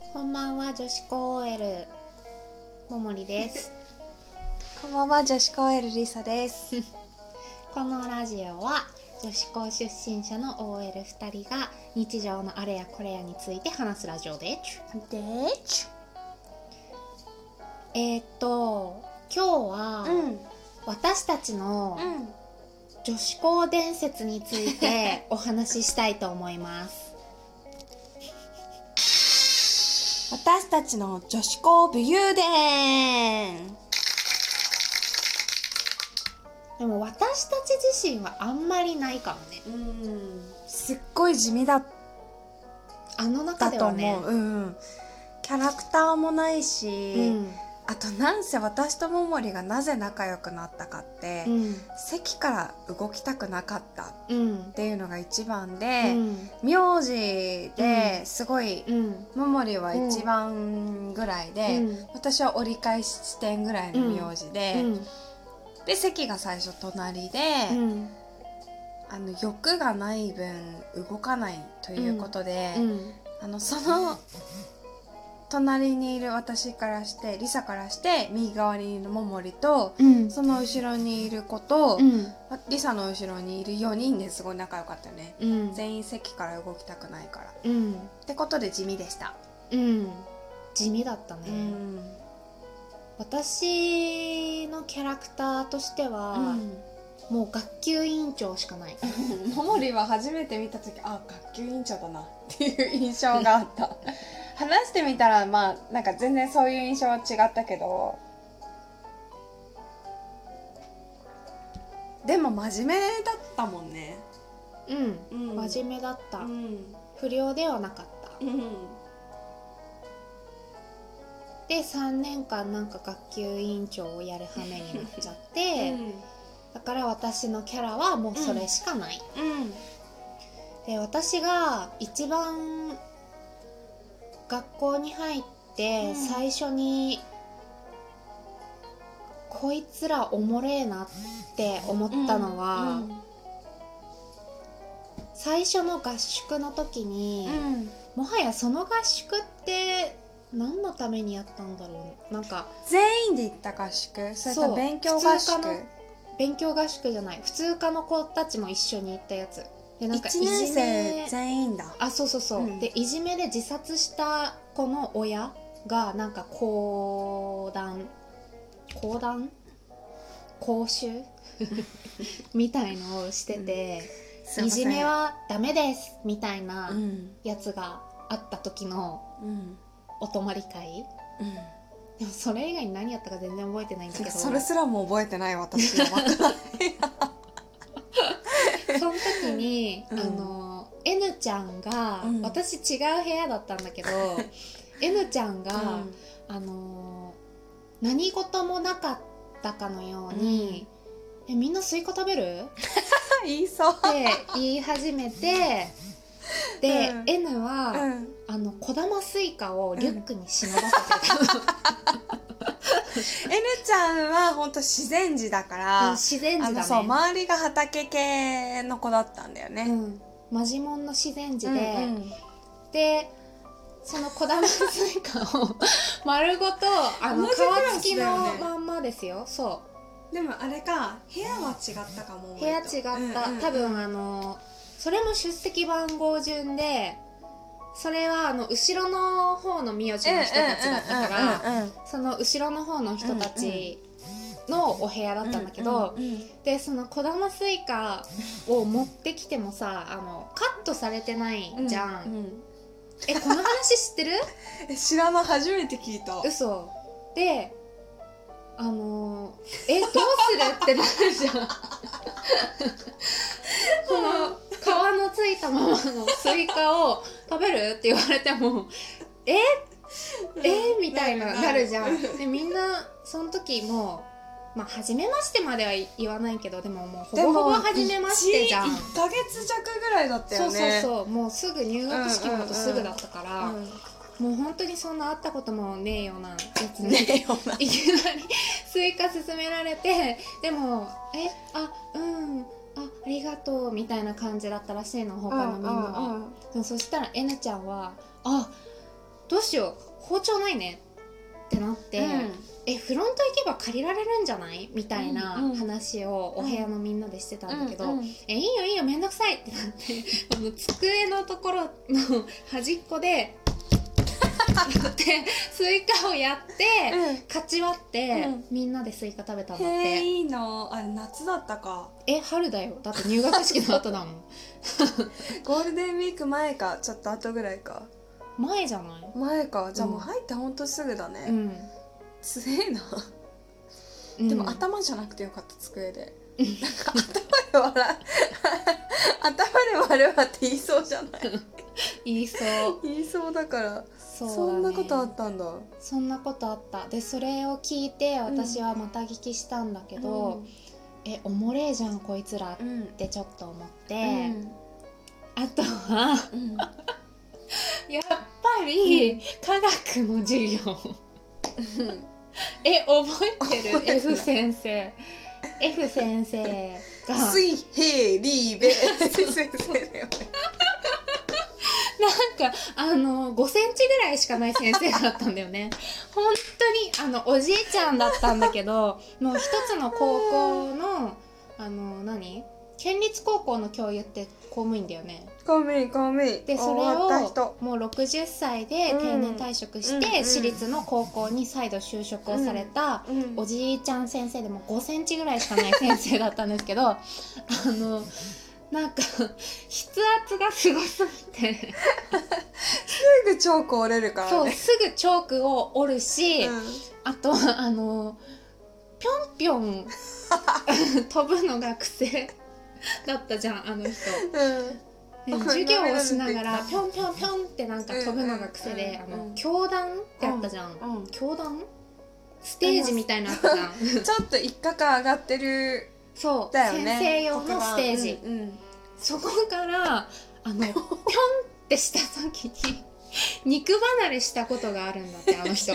こんばんは、女子高 OL ももりですこんばんは、女子高 L りさですこのラジオは女子高出身者の OL2 人が日常のあれやこれやについて話すラジオで今日は、私たちの女子高伝説についてお話ししたいと思います私たちの女子高武勇伝。 でも私たち自身はあんまりないかもね。 すっごい地味だっあの中たとではね、 思う、キャラクターもないし、あとなんせ私とももりがなぜ仲良くなったかって、席から動きたくなかったっていうのが一番で、名字ですごい、ももりは一番ぐらいで、私は折り返し地点ぐらいの名字で、で席が最初隣で、欲がない分動かないということで、その隣にいる私からしてリサからして右側にいるももりと、その後ろにいる子と、リサの後ろにいる4人ですごい仲良かったよね、全員席から動きたくないから、ってことで地味でした。 地味だったね、私のキャラクターとしては、もう学級委員長しかないももりは初めて見た時、あ、学級委員長だなっていう印象があった話してみたらまあなんか全然そういう印象は違ったけど、でも真面目だったもんね。 真面目だった、不良ではなかった、で3年間なんか学級委員長をやる羽目になっちゃって、だから私のキャラはもうそれしかない、で私が一番学校に入って最初に、こいつらおもれえなって思ったのは、最初の合宿の時に、もはやその合宿って何のためにやったんだろう、なんか全員で行った合宿、それと勉強合宿、 勉強合宿じゃない、普通科の子たちも一緒に行ったやつで、なんか 1年生全員だ。 あ、そうそうそう、でいじめで自殺した子の親がなんか講習みたいのをしてて、いじめはダメですみたいなやつがあった時のお泊まり会、でもそれ以外に何やったか全然覚えてないんだけど、 それすらも覚えてない私は分からないその時に、N ちゃんが、私違う部屋だったんだけどN ちゃんが、何事もなかったかのように、みんなスイカ食べる言いそうって言い始めて、で、N は、小玉スイカをリュックに忍ばせてた、 N ちゃんは本当自然児だから、 自然児だね、 そう、周りが畑系の子だったんだよね、 マジモンの自然児で、でその小玉スイカを丸ごと皮付きのまんまですよ。そうでもあれか、部屋は違ったかも。 部屋違った、多分それも出席番号順で、それは後ろの方の名字の人たちだったから、その後ろの方の人たちのお部屋だったんだけど、でその小玉スイカを持ってきてもさ、カットされてないじゃん、この話知ってる？ 知らない、初めて聞いた。 嘘で、どうするってなるじゃんこの皮のついたままのスイカを食べるって言われてもみたいなるじゃん。でみんなその時もまあ初めましてまでは言わないけど、でももうほぼほぼ初めましてじゃん。 1ヶ月弱ぐらいだったよね。 そうもうすぐ入学式の後すぐだったから、もう本当にそんな会ったこともねえようなやつにいきなりスイカ勧められて、でもありがとうみたいな感じだったらしいの、他のみんなは。でもそしたら N ちゃんはどうしよう包丁ないねってなって、フロント行けば借りられるんじゃないみたいな話をお部屋のみんなでしてたんだけど、いいよいいよめんどくさいってなって机のところの端っこででスイカをやって、かち割って、みんなでスイカ食べたんだって。 いいの。あれ夏だったか。 春だよ。だって入学式の後だもんゴールデンウィーク前かちょっと後ぐらいか。 前じゃない？ 前か。じゃあもう入ってほんとすぐだね。つえな。でも頭じゃなくてよかった、机で。なんか頭で割るわって言いそうじゃない言いそうだから。そんなことあったんだ。 そんなことあった。でそれを聞いて私はまた聞きしたんだけど、おもれえじゃんこいつらってちょっと思って、あとはやっぱり科学の授業覚えてる？F 先生が水平リーベ先生だよねなんか5センチぐらいしかない先生だったんだよね本当におじいちゃんだったんだけどもう一つの高校の県立高校の教諭って公務員だよね。 公務員でそれをもう60歳で定年退職して、私立の高校に再度就職をされたおじいちゃん先生でも5センチぐらいしかない先生だったんですけどなんか筆圧がすごすぎてすぐチョーク折れるからね。 そうすぐチョークを折るし、あとぴょんぴょん飛ぶのが癖だったじゃんあの人、授業をしながらぴょんぴょんぴょんってなんか飛ぶのが癖で、教壇ってあったじゃん、教壇ステージみたいなあったじゃんちょっと一角上がってる。 そうだよね、 先生用のステージ、そこからぴょんってした時に肉離れしたことがあるんだってあの人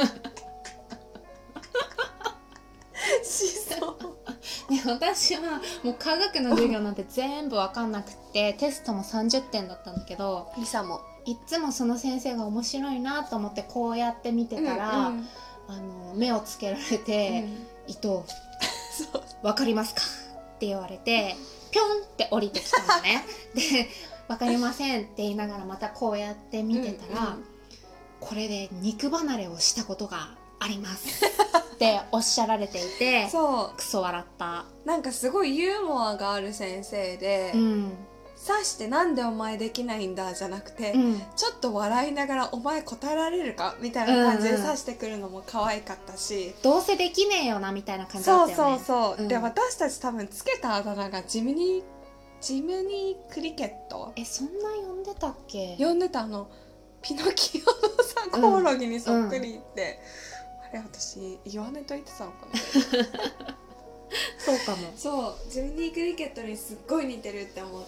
しそうで私はもう科学の授業なんて全部分かんなくてテストも30点だったんだけど、 リサもいっつもその先生が面白いなと思ってこうやって見てたら、目をつけられて「伊藤分かりますか?」って言われてピョンって降りてきたのねで「分かりません」って言いながらまたこうやって見てたら、これで肉離れをしたことがありますっておっしゃられていてそうクソ笑った。 なんかすごいユーモアがある先生で、刺してなんでお前できないんだじゃなくて、ちょっと笑いながらお前答えられるかみたいな感じで刺してくるのも可愛かったし、 どうせできねえよなみたいな感じだったよね。 そう、で私たち多分つけたあだ名がジムニークリケット。 そんな呼んでたっけ？ 呼んでたピノキオのさコオロギにそっくりって、あれ私言わねと言ってたのかなそうかも。 そうジムニークリケットにすっごい似てるって思って、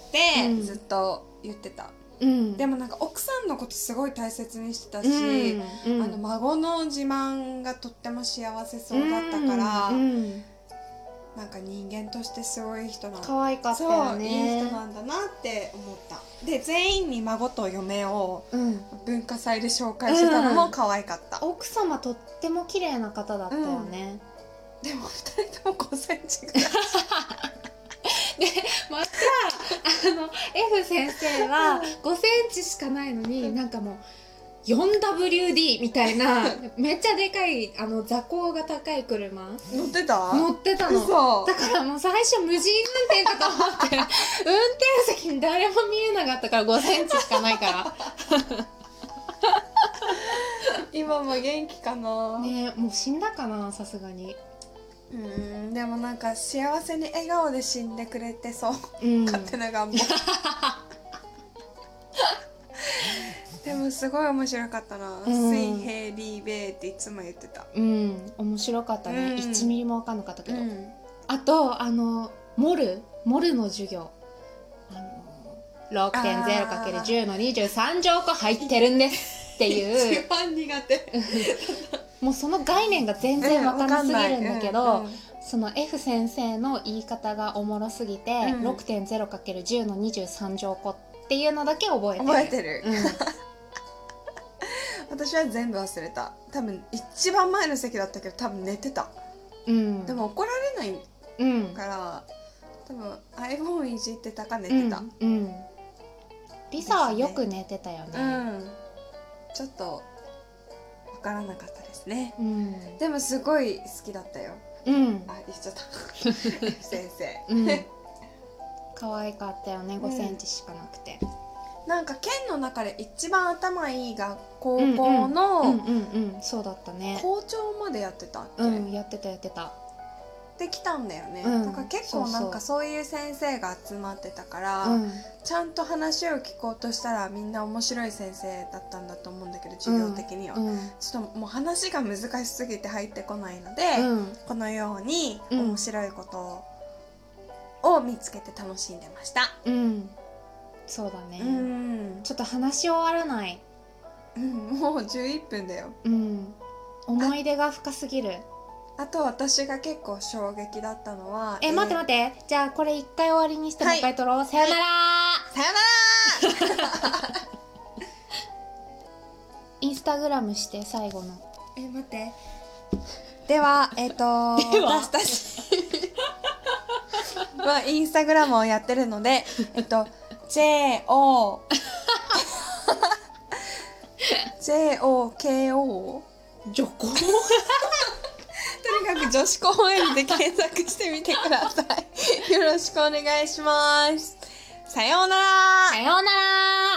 ずっと言ってた、でもなんか奥さんのことすごい大切にしてたし、孫の自慢がとっても幸せそうだったから、なんか人間としてすごい人なんだ、 可愛かったよね。 いい人なんだなって思った。で全員に孫と嫁を文化祭で紹介してたのも可愛かった、 奥様とっても綺麗な方だったよね、 でも2人とも5センチぐらいでまたF 先生は5センチしかないのになんかもう 4WD みたいなめっちゃでかい座高が高い車乗ってたの。だからもう最初無人運転かと思って運転席に誰も見えなかったから5センチしかないから今も元気かなね。もう死んだかなさすがに。 でもなんか幸せに笑顔で死んでくれてそう、勝手な願望でもすごい面白かったな、水平リーベーっていつも言ってた。 面白かったね、1ミリも分かんなかったけど、あとモルの授業6.0×10 の23乗個入ってるんですっていう一番苦手もうその概念が全然分かんなすぎるんだけど、その F 先生の言い方がおもろすぎて、6.0×10 の23乗個っていうのだけ覚えてる、 私私は全部忘れた。多分一番前の席だったけど多分寝てた、でも怒られないから、多分 iPhone いじってたか寝てた。 リサはよく寝てたよね。 ちょっと分からなかったですね。でもすごい好きだったよ。あ、言っちゃった先生。 可愛かったよね。5センチしかなくて。 なんか県の中で一番頭いい学校のそうだったね。 校長までやってたっけ？ やってたやってた。 できたんだよね。だから結構なんかそういう先生が集まってたから、ちゃんと話を聞こうとしたらみんな面白い先生だったんだと思うんだけど、授業的には、ちょっともう話が難しすぎて入ってこないので、このように面白いことを見つけて楽しんでました。 そうだね。ちょっと話し終わらない。 もう11分だよ。 思い出が深すぎる。 あと私が結構衝撃だったのは、 待って待って、じゃあこれ一回終わりにしてもう一回撮ろう。さよならさよならインスタグラムして最後の。 待って。では私たちはインスタグラムをやってるので、JOKO 女校とにかく女子高園で検索してみてください。よろしくお願いします。さようなら。 さようなら。